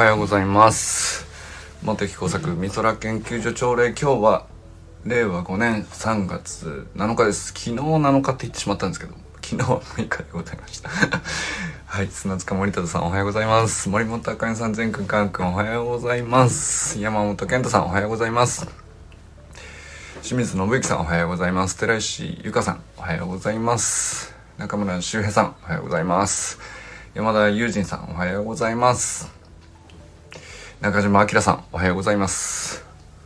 はようございます。茂木工作美空研究所朝礼。今日は令和5年3月7日です。昨日7日って言ってしまったんですけど、昨日は6日でございましたはい、砂塚森田さんおはようございます。森本茜さん、全くんかんくんおはようございます。山本健太さんおはようございます。清水信之さんおはようございます。寺石由香さんおはようございます。中村修平さんおはようございます。山田友人さんおはようございます。中島明さんおはようございます。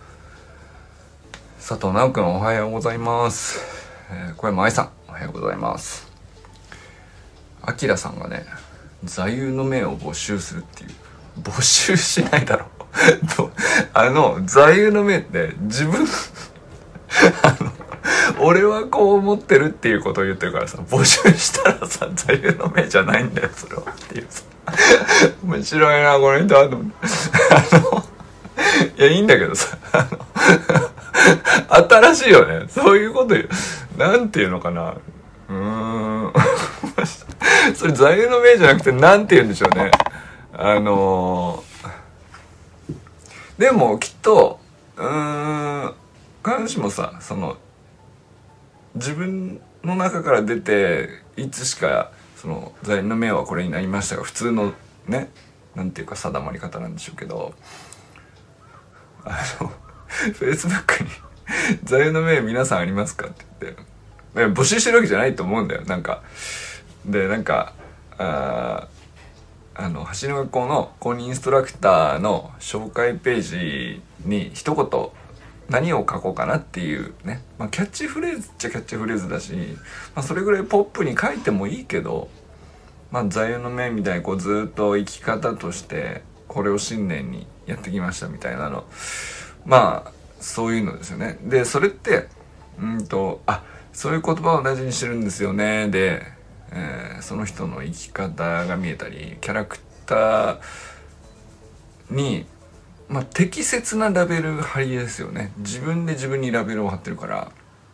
佐藤直くんおはようございます。小山愛さんおはようございます。明さんがね、座右の銘を募集するっていう。募集しないだろ座右の銘って自分俺はこう思ってるっていうことを言ってるからさ、募集したらさ、座右の銘じゃないんだよそれはっていうさ面白いなこの人はと思っていやいいんだけどさ新しいよね、そういうこと言う。なんていうのかな、それ座右の銘じゃなくてなんて言うんでしょうね。でもきっと必ずしもさ、その自分の中から出ていつしかその座右の銘はこれになりましたが、普通のね、なんていうか定まり方なんでしょうけど、Facebook に座右の銘皆さんありますかって言って募集してるわけじゃないと思うんだよ。なんか走りの学校の公認インストラクターの紹介ページに一言何を書こうかなっていうね、キャッチフレーズっちゃキャッチフレーズだし、それぐらいポップに書いてもいいけど、座右の銘みたいにこうずっと生き方としてこれを信念にやってきましたみたいなの、そういうのですよね。でそれってそういう言葉を大事にしてるんですよねで、その人の生き方が見えたり、キャラクターに適切なラベル貼りですよね。自分で自分にラベルを貼ってるから、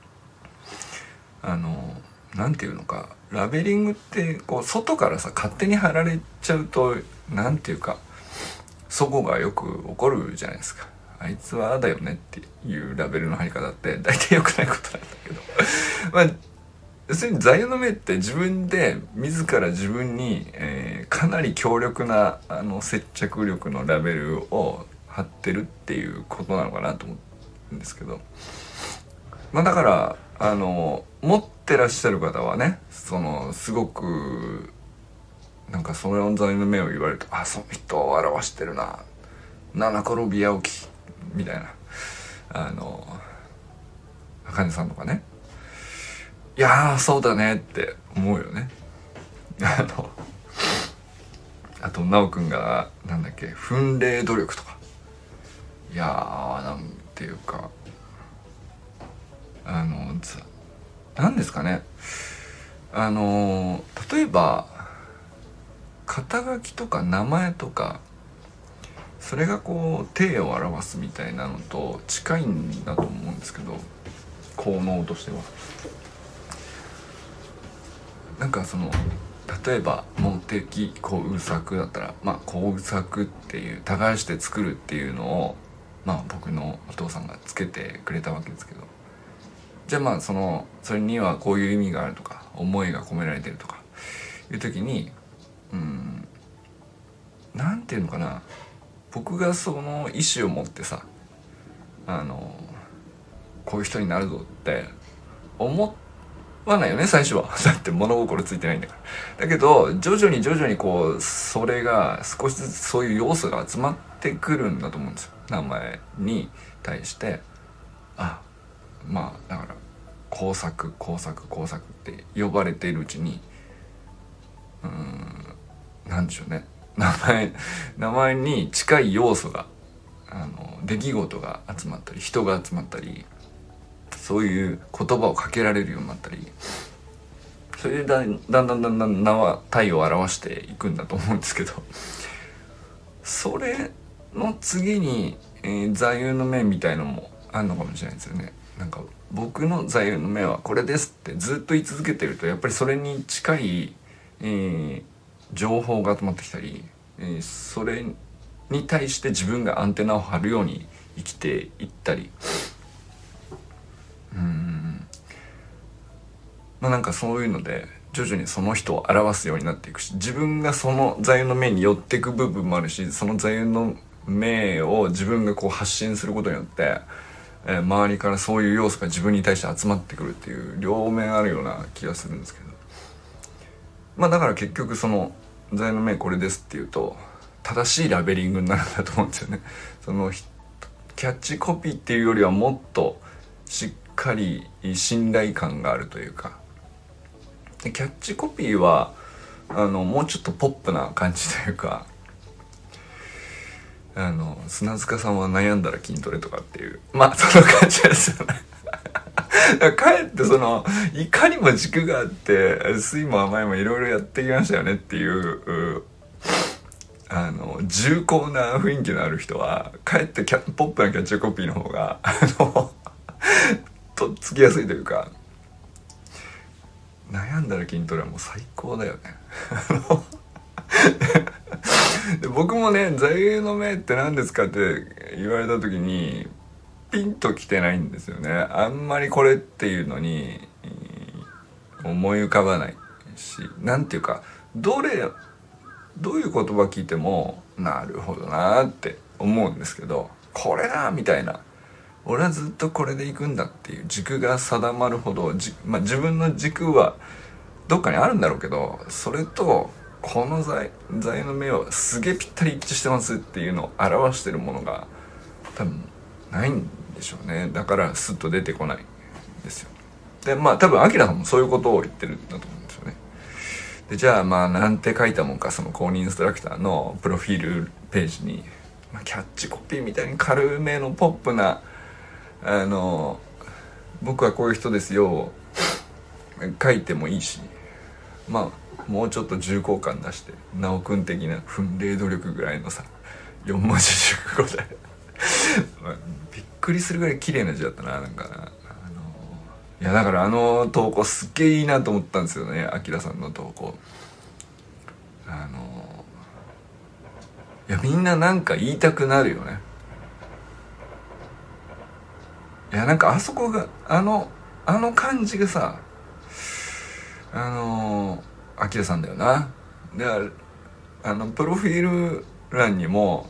なんていうのか、ラベリングってこう外からさ勝手に貼られちゃうと、なんていうかそこがよく起こるじゃないですか。あいつはあだよねっていうラベルの貼り方って大体良くないことなんだけど要するに座右の銘って自分で自ら自分に、かなり強力な接着力のラベルを貼ってるっていうことなのかなと思うんですけど、だから持ってらっしゃる方はね、すごくなんかその座右の銘を言われると、その人を表してるな、七転び八起きみたいな、茜さんとかね、いやそうだねって思うよね。あと直くんがなんだっけ、奮励努力とか、いやなんていうかなんですかね、例えば肩書きとか名前とか、それがこう体を表すみたいなのと近いんだと思うんですけど、効能としてはなんか例えば茂木工作だったら、工作っていう耕して作るっていうのを僕のお父さんがつけてくれたわけですけど、じゃあそれにはこういう意味があるとか、思いが込められてるとかいう時に、なんていうのかな、僕がその意思を持ってさ、こういう人になるぞって思わないよね最初はだって物心ついてないんだから。だけど徐々にこうそれが少しずつそういう要素が集まってくるんだと思うんですよ、名前に対して。だから工作って呼ばれているうちに、なんでしょうね、名前に近い要素が出来事が集まったり、人が集まったり、そういう言葉をかけられるようになったり、それでだんだん名は体を表していくんだと思うんですけど、それの次に、座右の銘みたいのもあるのかもしれないですよね。なんか僕の座右の銘はこれですってずっと言い続けてると、やっぱりそれに近い、情報が集まってきたり、それに対して自分がアンテナを張るように生きていったり、なんかそういうので徐々にその人を表すようになっていくし、自分がその座右の銘に寄っていく部分もあるし、その座右の銘を自分がこう発信することによって、周りからそういう要素が自分に対して集まってくるっていう両面あるような気がするんですけど、だから結局その座右の銘これですっていうと正しいラベリングになるんだと思うんですよね。そのキャッチコピーっていうよりはもっとしっかり信頼感があるというか、でキャッチコピーはもうちょっとポップな感じというか、砂塚さんは悩んだら筋トレとかっていう、その感じですよね。かえってそのいかにも軸があって酸いも甘いもいろいろやってきましたよねっていう重厚な雰囲気のある人はかえってポップなキャッチコピーの方がとっつきやすいというか、悩んだら筋トレはもう最高だよね。で僕もね、座右の銘って何ですかって言われた時にピンときてないんですよね。あんまりこれっていうのに思い浮かばないし、なんていうかどういう言葉聞いてもなるほどなって思うんですけど、これだみたいな、俺はずっとこれで行くんだっていう軸が定まるほど自分の軸はどっかにあるんだろうけど、それとこの座右の銘はすげえぴったり一致してますっていうのを表してるものが多分ないんでしょうね。だからスッと出てこないんですよ。で多分アキラさんもそういうことを言ってるんだと思うんですよね。でじゃあなんて書いたもんか、その公認インストラクターのプロフィールページに、キャッチコピーみたいに軽めのポップな僕はこういう人ですよ書いてもいいし、もうちょっと重厚感出して直くん的な奮励努力ぐらいのさ4文字熟語でびっくりするぐらい綺麗な字だったな。なんかいやだから投稿すっげえいいなと思ったんですよね、あきらさんの投稿。いやみんななんか言いたくなるよね。いやなんかあそこがあの感じがさあきらさんだよな。でプロフィール欄にも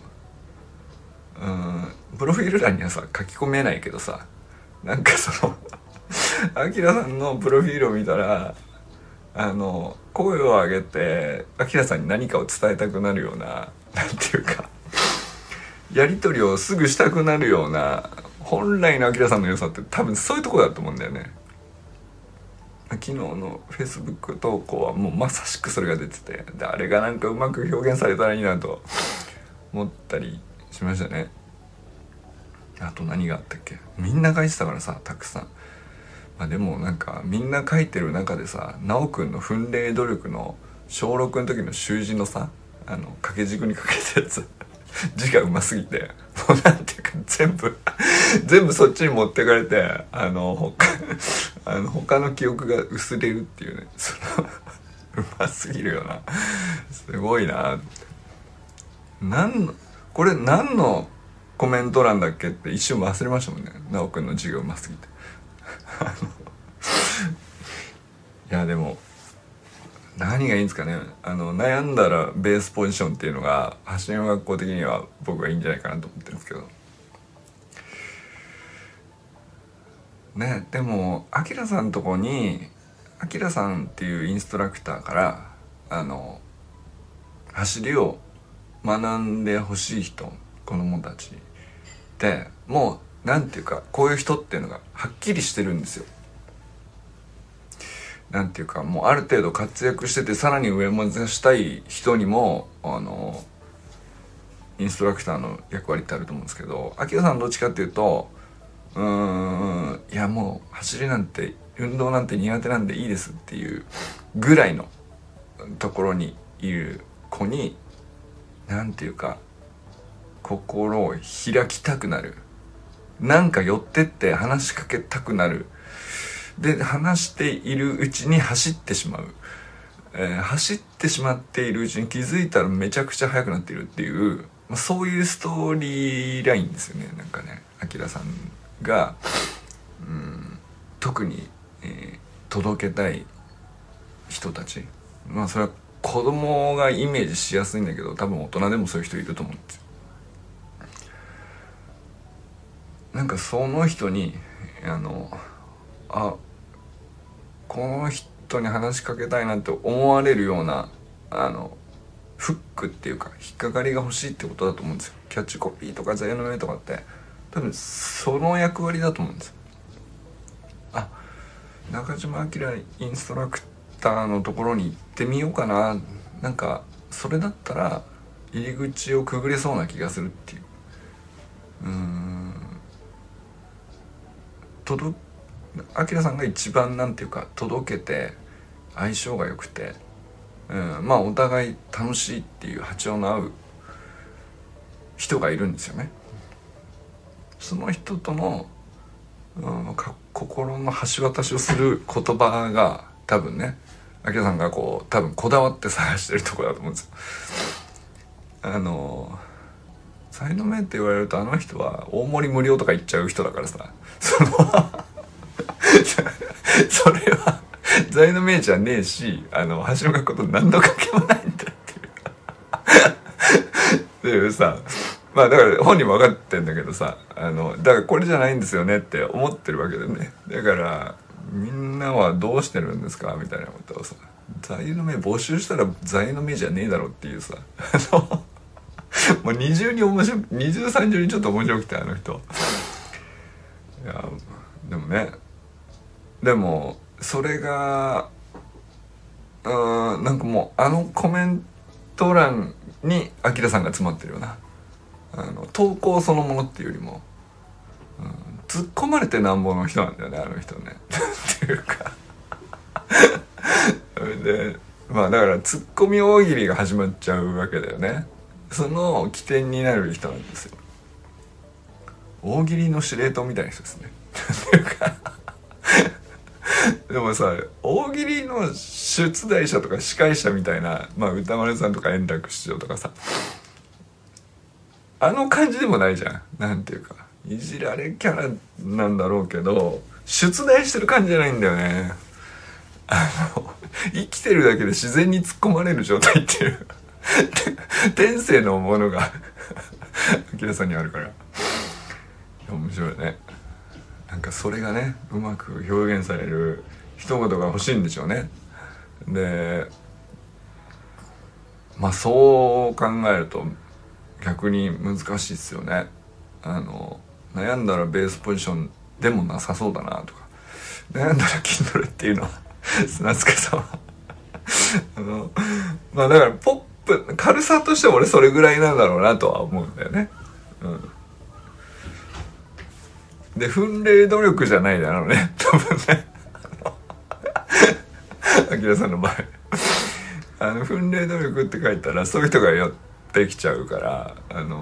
プロフィール欄にはさ書き込めないけどさ、なんかそのあきらさんのプロフィールを見たら声を上げてあきらさんに何かを伝えたくなるような、なんていうかやり取りをすぐしたくなるような本来のあきらさんの良さって多分そういうところだと思うんだよね。昨日のフェイスブック投稿はもうまさしくそれが出てて、であれがなんかうまく表現されたらいいなと思ったりしましたね。あと何があったっけ、みんな書いてたからさたくさん。でもなんかみんな書いてる中でさ、奈くんの奮励努力の小6の時の習字のさ掛け軸に書けたやつ字がうますぎてもうなんていうか全部そっちに持ってかれて他の記憶が薄れるっていうね、うますぎるよな、すごいな。これ何のコメント欄だっけって一瞬忘れましたもんね、奈くんの字がうますぎていやでも何がいいんですかね、悩んだらベースポジションっていうのが橋の学校的には僕はいいんじゃないかなと思ってるんですけどね。でもアキラさんのとこにアキラさんっていうインストラクターから走りを学んでほしい人、子供たちってもうなんていうかこういう人っていうのがはっきりしてるんですよ。なんていうかもうある程度活躍しててさらに上を目指したい人にもインストラクターの役割ってあると思うんですけど、アキラさんどっちかっていうといやもう走りなんて運動なんて苦手なんでいいですっていうぐらいのところにいる子になんていうか心を開きたくなる、なんか寄ってって話しかけたくなる。で話しているうちに走ってしまう、走ってしまっているうちに気づいたらめちゃくちゃ速くなっているっていうそういうストーリーラインですよね。なんかね、アキラさんが、特に、届けたい人たち、それは子供がイメージしやすいんだけど、多分大人でもそういう人いると思うんですよ。なんかその人にこの人に話しかけたいなって思われるようなフックっていうか引っかかりが欲しいってことだと思うんですよ。キャッチコピーとか座右の銘とかって多分その役割だと思うんですよ。中島明インストラクターのところに行ってみようかな、なんかそれだったら入り口をくぐれそうな気がするっていう、明さんが一番なんていうか届けて相性が良くて、お互い楽しいっていう波長の合う人がいるんですよね。その人との、心の橋渡しをする言葉が多分ね、明さんが多分こだわって探してるところだと思うんですよ。才能名って言われるとあの人は大盛り無料とか言っちゃう人だからさ、それは財の名じゃねえし、橋の学校と何の関係もないんだっていうでさ、だから本人も分かってんだけどさ、だからこれじゃないんですよねって思ってるわけでね。だからみんなはどうしてるんですかみたいなことをさ、座右の銘募集したら座右の銘じゃねえだろっていうさ、もう二重三重にちょっと面白くて、あの人。いやでもそれがなんかもうコメント欄にアキラさんが詰まってるような、投稿そのものっていうよりも、突っ込まれてなんぼの人なんだよね、あの人ねっていうかでだからツッコミ大喜利が始まっちゃうわけだよね。その起点になる人なんですよ。大喜利の司令塔みたいな人ですねっていうかでもさ、大喜利の出題者とか司会者みたいな、歌丸さんとか円楽師匠とかさ、あの感じでもないじゃん。なんていうかいじられキャラなんだろうけど出題してる感じじゃないんだよね。生きてるだけで自然に突っ込まれる状態っていう天性のものが明さんにあるから面白いね。なんかそれがね、うまく表現される一言が欲しいんでしょうね。でそう考えると逆に難しいですよね。悩んだらベースポジションでもなさそうだなとか、悩んだらKindleっていうのは砂塚さんはだからポップ軽さとしては俺それぐらいなんだろうなとは思うんだよね。で奮励努力じゃないだろうね多分ね明さんの場合奮励努力って書いたらそういう人が寄ってきちゃうから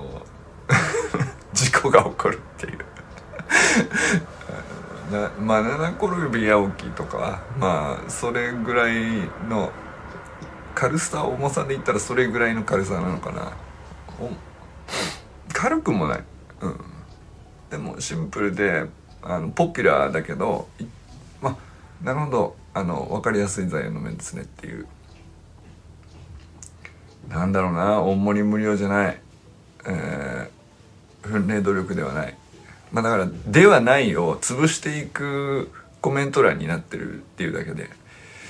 事故が起こるっていう七転び八起きとかそれぐらいの軽さ重さで言ったらそれぐらいの軽さなのかな。軽くもない、でもシンプルでポピュラーだけどなるほど分かりやすい座右の銘ですねっていう、なんだろうな、大盛り無料じゃない、奮励努力ではない、だからではないを潰していくコメント欄になってるっていうだけで、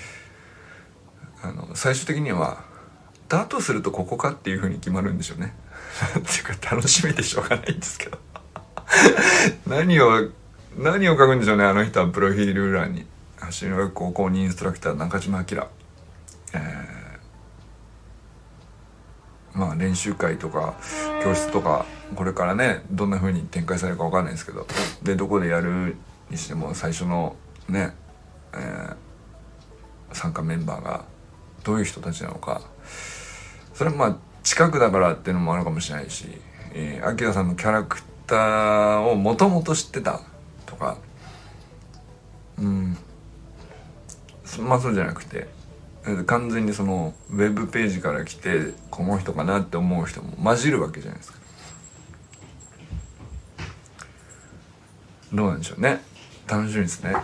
最終的にはだとするとここかっていう風に決まるんでしょうねっていうか楽しみでしょうがないんですけど何を書くんでしょうね、あの人は。プロフィール欄に走りの学校公認インストラクター中島明、練習会とか教室とかこれからねどんな風に展開されるか分かんないですけど、でどこでやるにしても最初のね、参加メンバーがどういう人たちなのか、それは近くだからっていうのもあるかもしれないし、明さんのキャラクターをもともと知ってたとか、そうじゃなくて完全にそのウェブページから来てこの人かなって思う人も混じるわけじゃないですか。どうなんでしょうね。楽しみですね。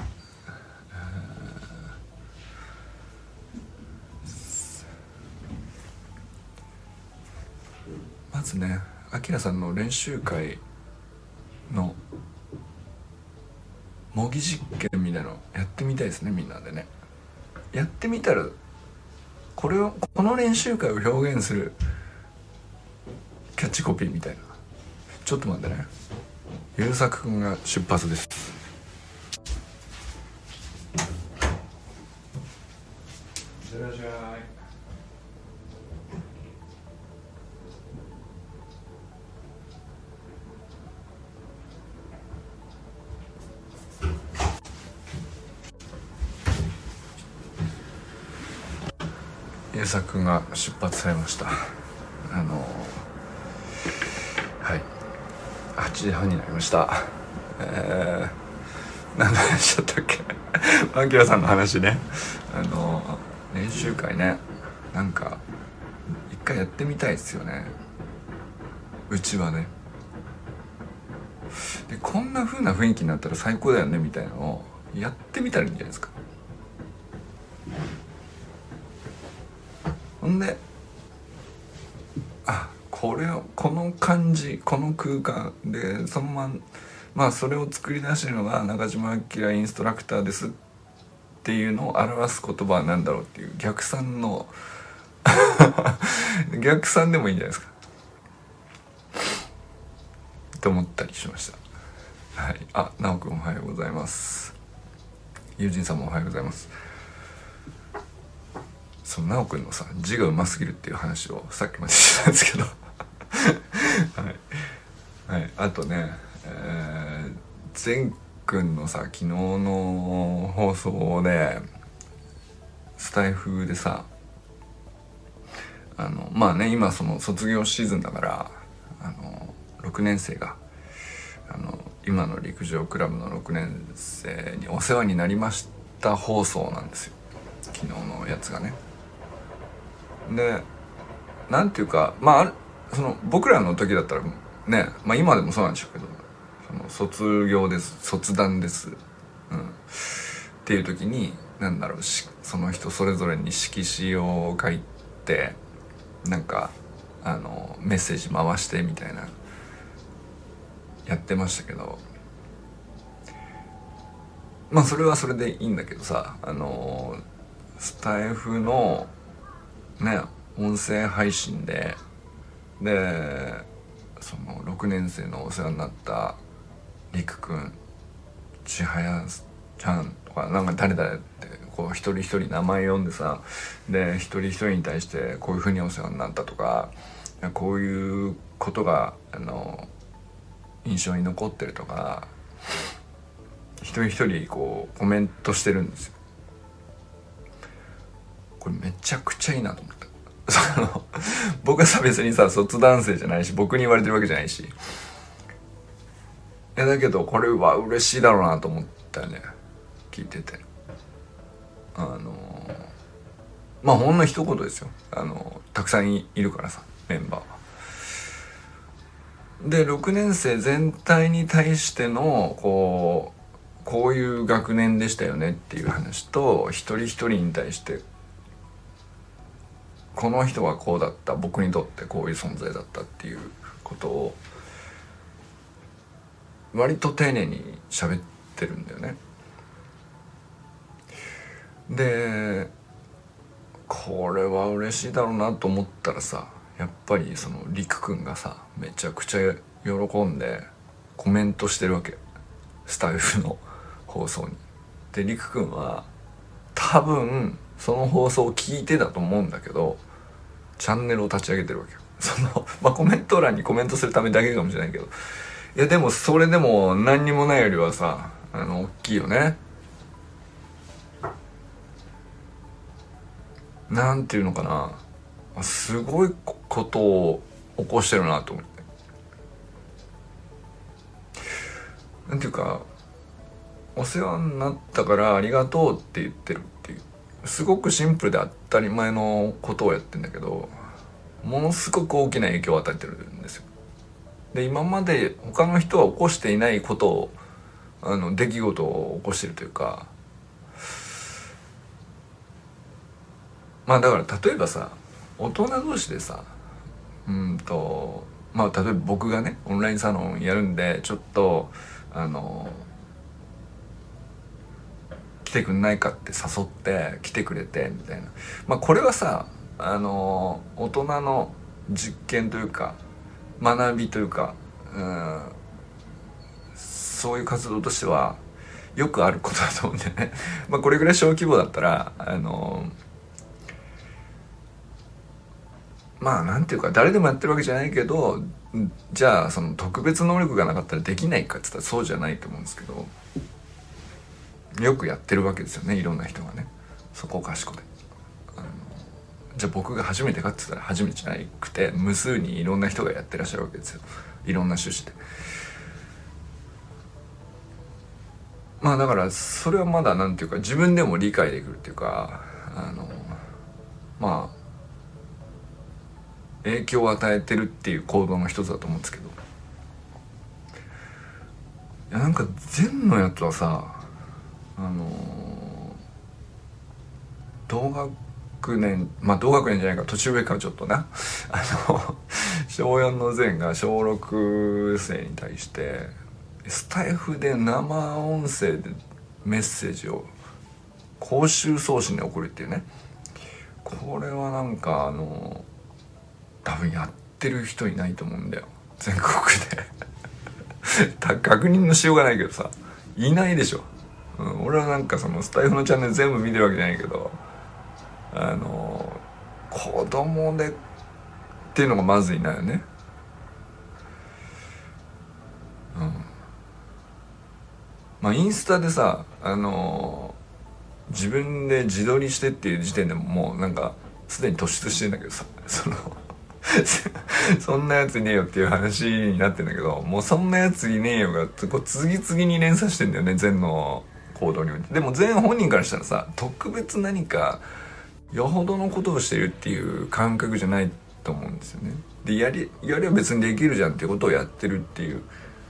まずね、アキラさんの練習会の模擬実験みたいなのやってみたいですね、みんなでね。やってみたらこの練習会を表現するキャッチコピーみたいな。ちょっと待ってね、優作くんが出発です。いらっしゃい。優作くんが出発されました。はい8時半になりました。何の話だったっけアキラさんの話ね。練習会ね、なんか一回やってみたいですよね、うちはね。でこんな風な雰囲気になったら最高だよねみたいなのをやってみたらいいんじゃないですか。ほんで、この感じ、この空間でそのまあそれを作り出してるのが中島明インストラクターですっていうのを表す言葉は何だろうっていう逆算の逆算でもいいんじゃないですかと思ったりしました。はい。直くんおはようございます。友人さんもおはようございます。その直くんのさ字がうますぎるっていう話をさっきまでしてたんですけどはい、はい、あとね、善くんのさ昨日の放送でスタイフでさ、まあね、今その卒業シーズンだから6年生が今の陸上クラブの6年生にお世話になりました放送なんですよ、昨日のやつがね。でなんていうか、まあその僕らの時だったらね、まあ今でもそうなんでしょうけど、その卒業です、卒団です、っていう時になんだろう、その人それぞれに色紙を書いてなんかメッセージ回してみたいなやってましたけど、まあそれはそれでいいんだけどさ、スタイフのね音声配信でその6年生のお世話になったりくくん、ちはやちゃんとかなんか誰々ってこう一人一人名前読んでさ、で一人一人に対してこういうふうにお世話になったとか、こういうことが印象に残ってるとか、一人一人こうコメントしてるんですよ。これめちゃくちゃいいなと思った僕はさ別にさ卒団生じゃないし僕に言われてるわけじゃないし、いやだけどこれは嬉しいだろうなと思ったよね、聞いてて。まあほんの一言ですよ、たくさんいるからさメンバーは。で6年生全体に対してのこういう学年でしたよねっていう話と、一人一人に対してこの人はこうだった、僕にとってこういう存在だったっていうことを割と丁寧に喋ってるんだよね。でこれは嬉しいだろうなと思ったらさ、やっぱりそのりくくんがさめちゃくちゃ喜んでコメントしてるわけ、スタイフの放送に。でりくくんは多分その放送を聞いてだと思うんだけどチャンネルを立ち上げてるわけよ。まあコメント欄にコメントするためだけかもしれないけど、いやでもそれでも何にもないよりはさ大きいよね。なんていうのかな、すごいことを起こしてるなと思って。なんていうか、お世話になったからありがとうって言ってるっていう、 すごくシンプルで当たり前のことをやってんだけど、ものすごく大きな影響を与えてるんですよ。で今まで他の人は起こしていないことを出来事を起こしてるというか、まあだから例えばさ、大人同士でさ、まあ例えば僕がねオンラインサロンやるんでちょっと来てくんないかって誘って来てくれてみたいな、まあこれはさ大人の実験というか学びというか、そういう活動としてはよくあることだと思うんだよね。まあこれぐらい小規模だったらまあなんていうか誰でもやってるわけじゃないけど、じゃあその特別能力がなかったらできないかって言ったらそうじゃないと思うんですけど、よくやってるわけですよね、いろんな人がね、そこかしこで。じゃあ僕が初めてかって言ったら初めてじゃなくて、無数にいろんな人がやってらっしゃるわけですよ、いろんな趣旨で。まあだからそれはまだなんていうか自分でも理解できるっていうか、まあ影響を与えてるっていう行動の一つだと思うんですけど、いやなんか禅のやつはさ、同学年、まあ同学年じゃないか年上かちょっとな小4の禅が小6生に対してスタイフで生音声でメッセージを公衆送信で送るっていうね、これはなんか多分やってる人いないと思うんだよ全国で確認のしようがないけどさ、いないでしょ。俺はなんかそのスタイフのチャンネル全部見てるわけじゃないけど、子供でっていうのがまずいないよね。まあインスタでさ自分で自撮りしてっていう時点でもうなんかすでに突出してんだけどさ、そんなやついねえよっていう話になってんだけど、もうそんなやついねえよがこう次々に連鎖してんだよね、禅の行動において。でも禅本人からしたらさ、特別何かよほどのことをしてるっていう感覚じゃないと思うんですよね。でやりゃ別にできるじゃんっていうことをやってるっていう、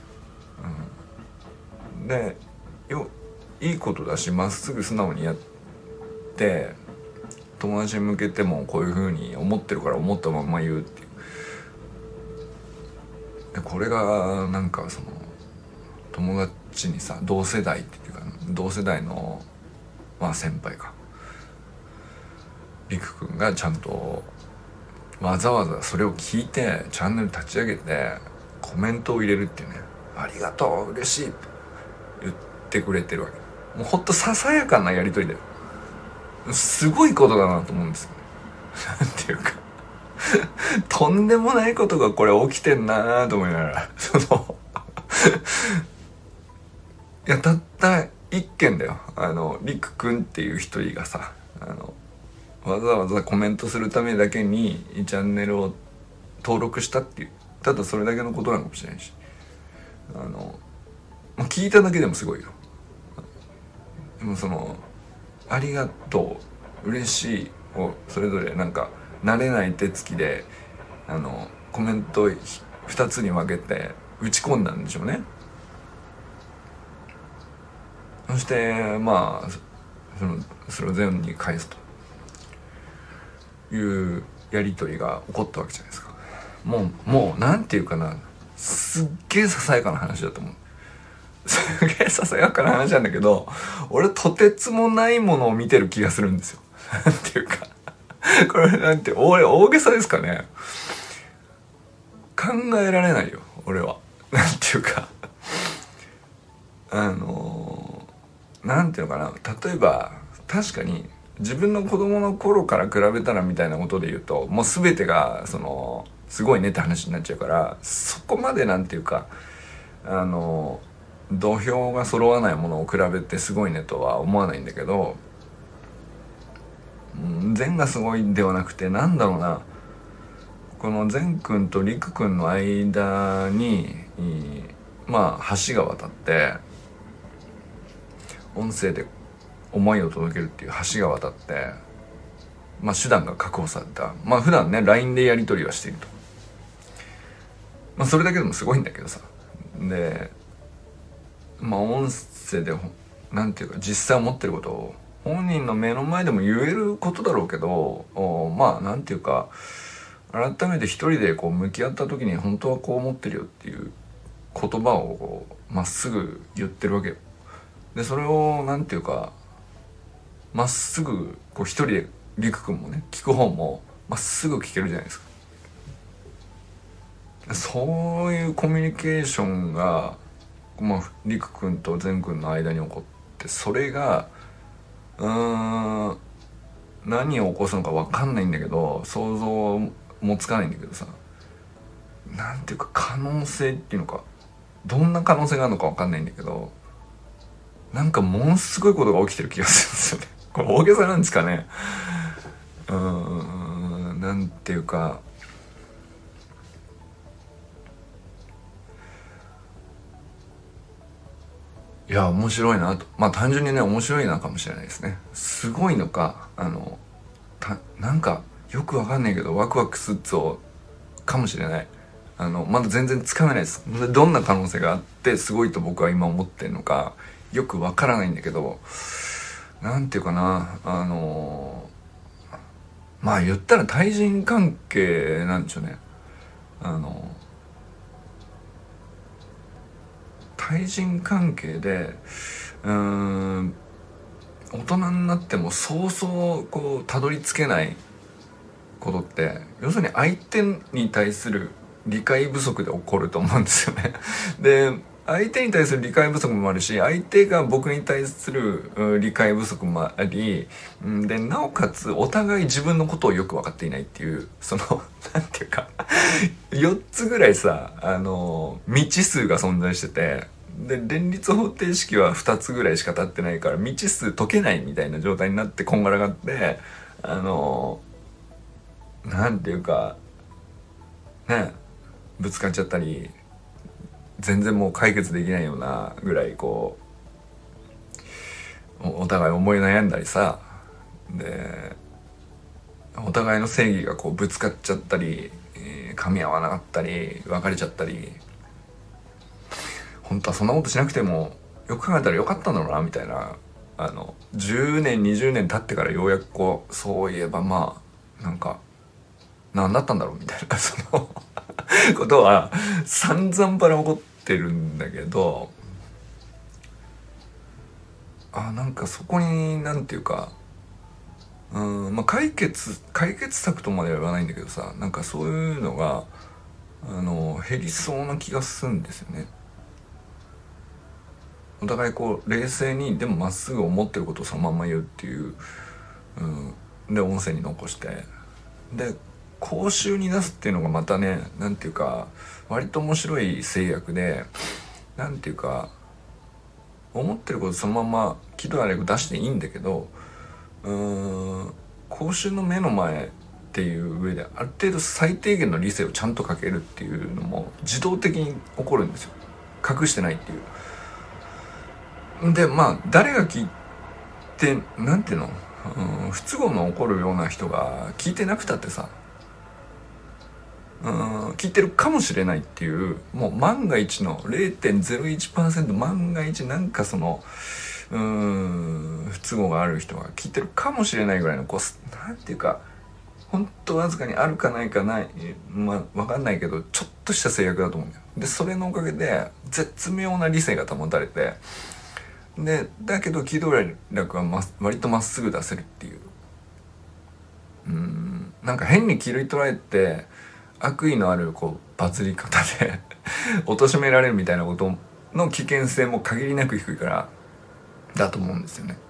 でいいことだし、まっすぐ素直にやって友達に向けてもこういう風に思ってるから思ったまま言うっていう。でこれがなんかその友達にさ、同世代っていうか同世代のまあ先輩かりくくんがちゃんとわざわざそれを聞いてチャンネル立ち上げてコメントを入れるっていうね、ありがとう嬉しいって言ってくれてるわけ。もうほんとささやかなやりとりだよ。すごいことだなと思うんですよね。なんていうかとんでもないことがこれ起きてんなと思いながらいやたった一件だよ、りくくんっていう一人がさわざわざコメントするためだけにチャンネルを登録したっていう、ただそれだけのことなのかもしれないし、聞いただけでもすごいよ。でもそのありがとう嬉しいをそれぞれなんか慣れない手つきでコメントを2つに分けて打ち込んだんでしょうね。そしてまあそれを全部に返すというやり取りが起こったわけじゃないですか。もうなんていうかな、すっげえささやかな話だと思う。すげえささやかな話なんだけど、俺とてつもないものを見てる気がするんですよ。なんていうかこれなんて大げさですかね。考えられないよ俺は。なんていうかなんていうのかな、例えば確かに自分の子供の頃から比べたらみたいなことで言うと、もう全てがすごいねって話になっちゃうから、そこまでなんていうか土俵が揃わないものを比べてすごいねとは思わないんだけど、禅がすごいんではなくて、なんだろうな、この禅くんと陸くんの間にまあ橋が渡って音声で思いを届けるっていう橋が渡って、手段が確保された。普段ね LINE でやり取りはしていると、それだけでもすごいんだけどさ。で音声でなんていうか実際思ってることを本人の目の前でも言えることだろうけど、なんていうか改めて一人で向き合った時に本当はこう思ってるよっていう言葉をまっすぐ言ってるわけよ。でそれをなんていうかまっすぐ一人でりくくんもね聞く方もまっすぐ聞けるじゃないですか。そういうコミュニケーションがりくくんと善くんの間に起こって、それが何を起こすのか分かんないんだけど、想像もつかないんだけどさ、なんていうか可能性っていうのか、どんな可能性があるのか分かんないんだけど、なんかものすごいことが起きてる気がするんですよね。これ大げさなんですかね。なんていうかいや面白いなと、単純にね面白いなかもしれないですね。すごいのかなんかよくわかんないけどワクワクするぞかもしれない。まだ全然つかめないです。どんな可能性があってすごいと僕は今思ってるのかよくわからないんだけど、なんていうかな、言ったら対人関係なんでしょうね。対人関係で大人になってもそうそうたどり着けないことって、要するに相手に対する理解不足で起こると思うんですよね。で相手に対する理解不足もあるし、相手が僕に対する理解不足もあり、でなおかつお互い自分のことをよく分かっていないっていう、なんていうか4つぐらいさ未知数が存在してて、で連立方程式は2つぐらいしか立ってないから未知数解けないみたいな状態になってこんがらがって、なんていうかね、ぶつかっちゃったり全然もう解決できないようなぐらいお互い思い悩んだりさ、でお互いの正義がぶつかっちゃったり、噛み合わなかったり別れちゃったり、本当はそんなことしなくてもよく考えたらよかったんだろうなみたいな、10年20年経ってからようやくそういえばなんか何だったんだろうみたいなことは散々パラ起こってるんだけど、なんかそこになんていうか解決策とまでは言わないんだけどさ、なんかそういうのが減りそうな気がするんですよね。お互い冷静にでもまっすぐ思ってることをそのまま言うっていう、で音声に残して、で公衆に出すっていうのがまたね、なんていうか割と面白い制約で、なんていうか思ってることそのまま喜怒哀楽出していいんだけど、公衆の目の前っていう上である程度最低限の理性をちゃんとかけるっていうのも自動的に起こるんですよ。隠してないっていう。で誰が聞いてなんていうの、不都合の起こるような人が聞いてなくたってさ、聞いてるかもしれないっていう、もう万が一の 0.01% 万が一なんか不都合がある人が聞いてるかもしれないぐらいのなんていうか本当わずかにあるかないかない分かんないけどちょっとした制約だと思うんだよ。でそれのおかげで絶妙な理性が保たれて、でだけど喜怒哀楽は割とまっすぐ出せるっていう、なんか変に切り取られて悪意のあるバズり方で貶められるみたいなことの危険性も限りなく低いからだと思うんですよね。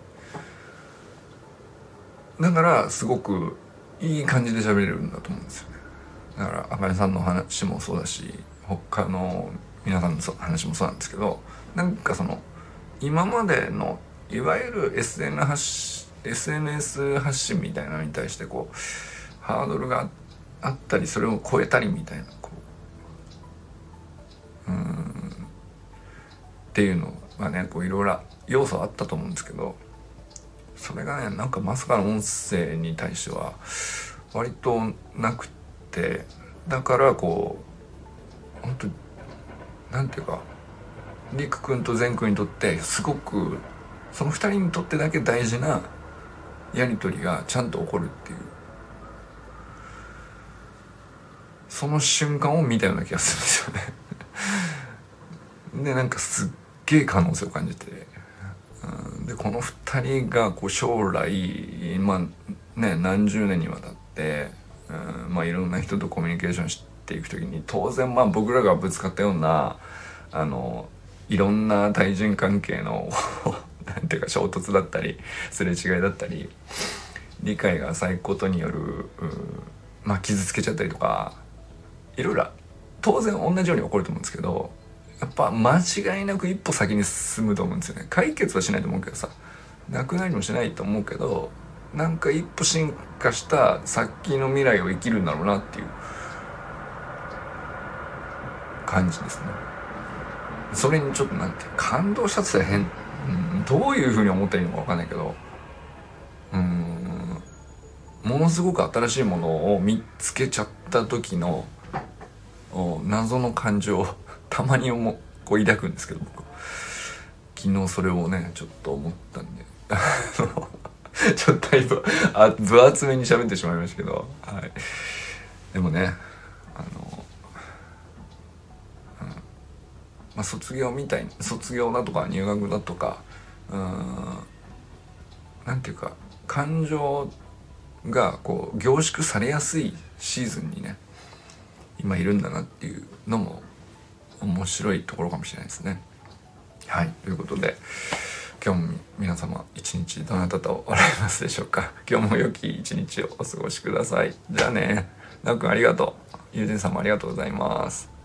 だからすごくいい感じで喋れるんだと思うんですよね。だからあかねさんの話もそうだし他の皆さんの話もそうなんですけど、なんか今までのいわゆる SNS 発信みたいなのに対してハードルがあったりそれを超えたりみたいなっていうのがねいろいろ要素あったと思うんですけど、 それがねなんかまさかの音声に対しては割となくて、だからこう本当なんていうか、りく君と善くんにとってすごくその二人にとってだけ大事なやり取りがちゃんと起こるっていう、その瞬間を見たような気がするんですよねでなんかすっげえ可能性を感じて、でこの二人がこう将来まあね何十年にわたって、まあいろんな人とコミュニケーションしていくときに当然まあ僕らがぶつかったようないろんな対人関係のなんていうか衝突だったりすれ違いだったり理解が浅いことによるまあ傷つけちゃったりとかいろいろ当然同じように起こると思うんですけど、やっぱ間違いなく一歩先に進むと思うんですよね。解決はしないと思うけどさ、なくなりもしないと思うけど、なんか一歩進化した先の未来を生きるんだろうなっていう感じですね。それにちょっとなんて感動したって変、どういう風に思ったらいいのか分かんないけど、ものすごく新しいものを見つけちゃった時の謎の感情をたまにこう抱くんですけど、僕昨日それをねちょっと思ったんでちょっとだいぶ分厚めに喋ってしまいましたけど、はい、でもねまあ、卒業だとか入学だとかなんていうか感情がこう凝縮されやすいシーズンにね今いるんだなっていうのも面白いところかもしれないですね。はい、ということで今日も皆様一日どなたとおられますでしょうか。今日も良き一日をお過ごしください。じゃあね、なおくんありがとう。ゆうじんさんもありがとうございます。